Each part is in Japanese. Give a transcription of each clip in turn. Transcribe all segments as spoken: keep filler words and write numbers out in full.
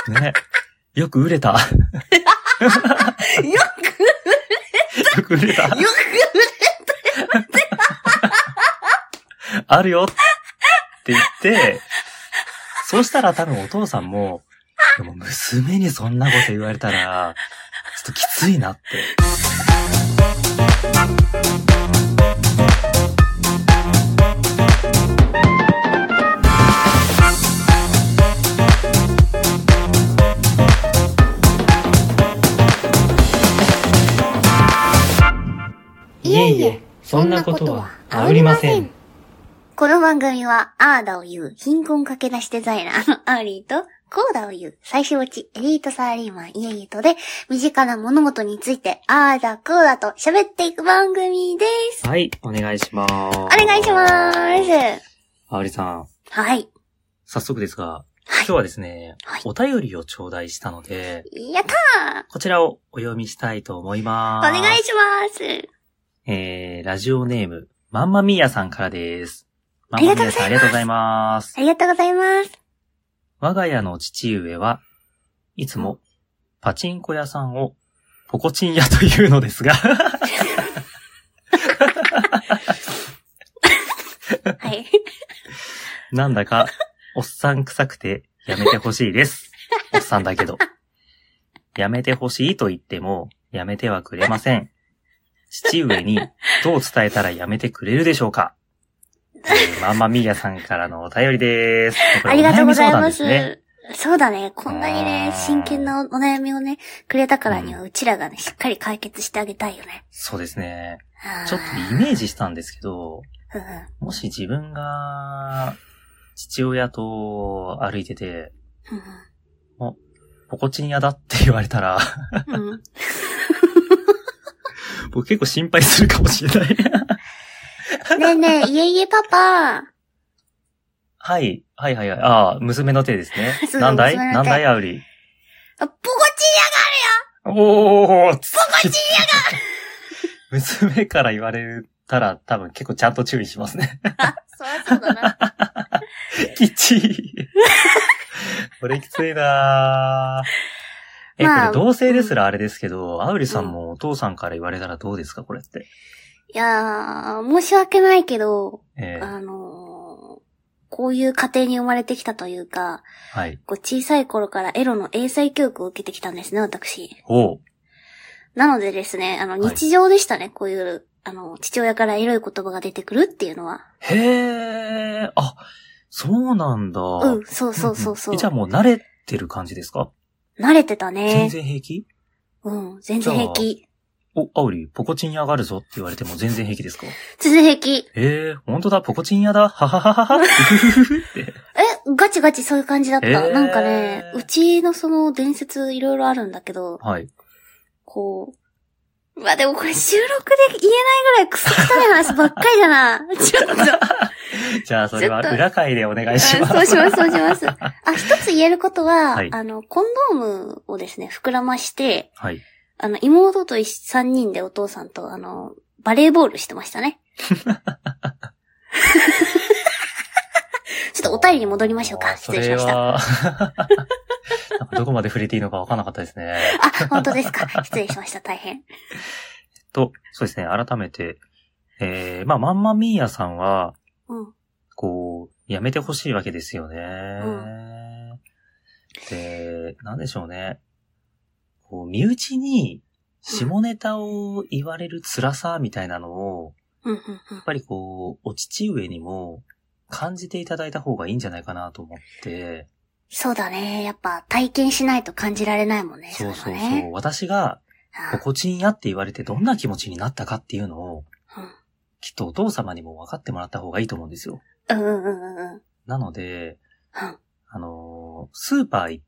ね。よく売れた。よく売れた。よく売れた。よく売れた。あるよって言って、そうしたら多分お父さんも、でも娘にそんなこと言われたら、ちょっときついなって。 いえいえ、そんなことはありません。この番組は、アーダを言う貧困駆け出しデザイナーのアーリーと、コーダを言う最終落ちエリートサラリーマンイエイエとで、身近な物事について、アーダ、コーダと喋っていく番組です。 はい、お願いします。お願いします。 あーりさん。 はい。 早速ですが、はい、今日はですね、はい、お便りを頂戴したので、 やったー！ こちらをお読みしたいと思います。 お願いします。 えー、ラジオネーム、マンマミーヤさんからです。マンマミーヤさんありがとうございます。 ありがとうございます。 我が家の父上はいつもパチンコ屋さんをポコチン屋というのですがはい。 なんだかおっさん臭くてやめてほしいです。おっさんだけど。やめてほしいと言ってもやめてはくれません。父上にどう伝えたらやめてくれるでしょうか。えー、マンマミーヤさんからのお便りです。 ありがとうございます。ね、そうだね。こんなにね、真剣なお悩みをね、くれたからには、うちらがね、しっかり解決してあげたいよね。 そうですね。ちょっとイメージしたんですけど、 うんうん、もし自分が父親と歩いてて、 うんうん、 お、ポコチン屋だって言われたら、 うん僕結構心配するかもしれない。 ねえねえ、いえいえパパ。 はい、はいはいはい。ああ、娘の手ですね。なんだいなんだいあうり。 ポコチン屋があるよ。 おー、ポコチン屋が娘から言われたら多分結構ちゃんと注意しますね。 あ、そりゃそうだな。 きちい。これきついなぁ。え、まあ、これ同性ですらあれですけど、あうりさんもお父さんから言われたらどうですか、これって。 いやー、申し訳ないけど、 えー、 あのー、こういう家庭に生まれてきたというか、 はい。 こう小さい頃からエロの英才教育を受けてきたんですね、私。 おう。 なのでですね、あの、日常でしたね、はい、こういう、あの、父親からエロい言葉が出てくるっていうのは。 へー、あ、そうなんだ。 うん、そうそうそうそう。 え、じゃあもう慣れてる感じですか？ 慣れてたね。 全然平気？ うん、全然平気。 お、あうり、ポコチン屋があるぞって言われても全然平気ですか？ 全然平気。 えー、ほんとだ、ポコチン屋だ、ははははは、ふふふふって。 え、ガチガチそういう感じだった。えー、なんかね、うちのその伝説いろいろあるんだけど、 はい。 こう、まあ、でもこれ収録で言えないぐらいクソ汚い話ばっかりだな。ちょっと。 じゃあ、それは裏回でお願いします。 そうします、そうします。あ、一つ言えることは、 はい、 あの、コンドームをですね、膨らまして、 はい。 あの、妹と三人でお父さんと、あの、バレーボールしてましたね。ちょっとお便りに戻りましょうか。失礼しました。 なんかどこまで触れていいのか分からなかったですね。 あ、本当ですか。失礼しました。大変。 と、そうですね。改めて、えー、まあ、マンマミーヤさんは、 うん、 こう、やめてほしいわけですよね。 うん、 で、なんでしょうね。こう、身内に下ネタを言われる辛さみたいなのを、 うんうんうん、 やっぱりこう、お父上にも感じていただいた方がいいんじゃないかなと思って。 そうだね。やっぱ体験しないと感じられないもんね。 そうそうそう。 ね、 私が、ポコチンやって言われてどんな気持ちになったかっていうのを、 うん、 きっとお父様にも分かってもらった方がいいと思うんですよ。 うんうんうんうん。 なので、 うん、 あの、スーパー行って、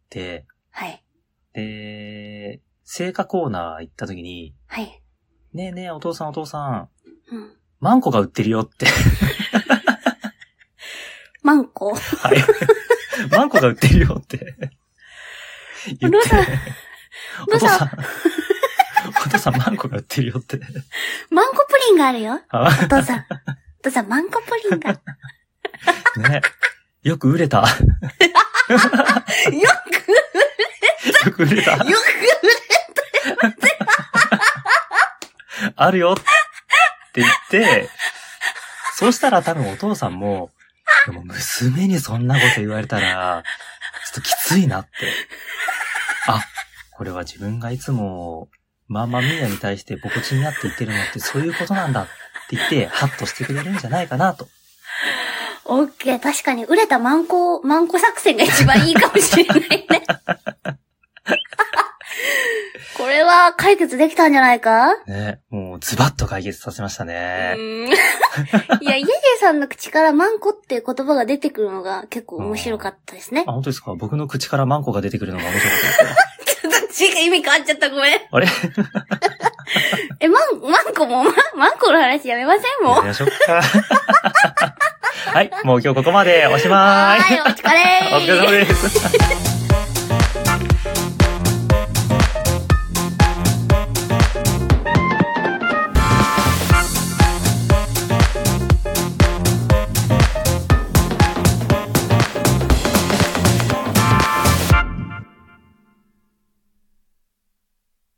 はい。 で、青果コーナー行った時に、 はい。 ねえねえお父さんお父さん、 うん、 マンコが売ってるよって。 マンコ？ はい。マンコが売ってるよって言って。 お父さん、 お父さん、お父さんマンコが売ってるよって。 マンコプリンがあるよ。お父さん。お父さんマンコプリンが。 ね。よく売れた。よく売れく売れた。 よく売れあるよって言って、そうしたら多分お父さんも、でも娘にそんなこと言われたら、ちょっときついなって。あ、これは自分がいつも、ママミーヤに対してポコチンやって言ってるのってそういうことなんだって言って、ハッとしてくれるんじゃないかなと。 オッケー、確かに売れたマンコ、マンコ作戦が一番いいかもしれないね。これは解決できたんじゃないかね、もうズバッと解決させましたね。 うーんいや、イエイエイさんの口からマンコっていう言葉が出てくるのが結構面白かったですね。 あ、本当ですか？僕の口からマンコが出てくるのが面白かったですか？ ちょっと違う、意味変わっちゃった、ごめん。 あれえ、マン、マンコも、ママンコの話やめませんもん。 やめましょうか。はい、もう今日ここまでおしまーい。 はい、お疲れー。 お疲れ様です。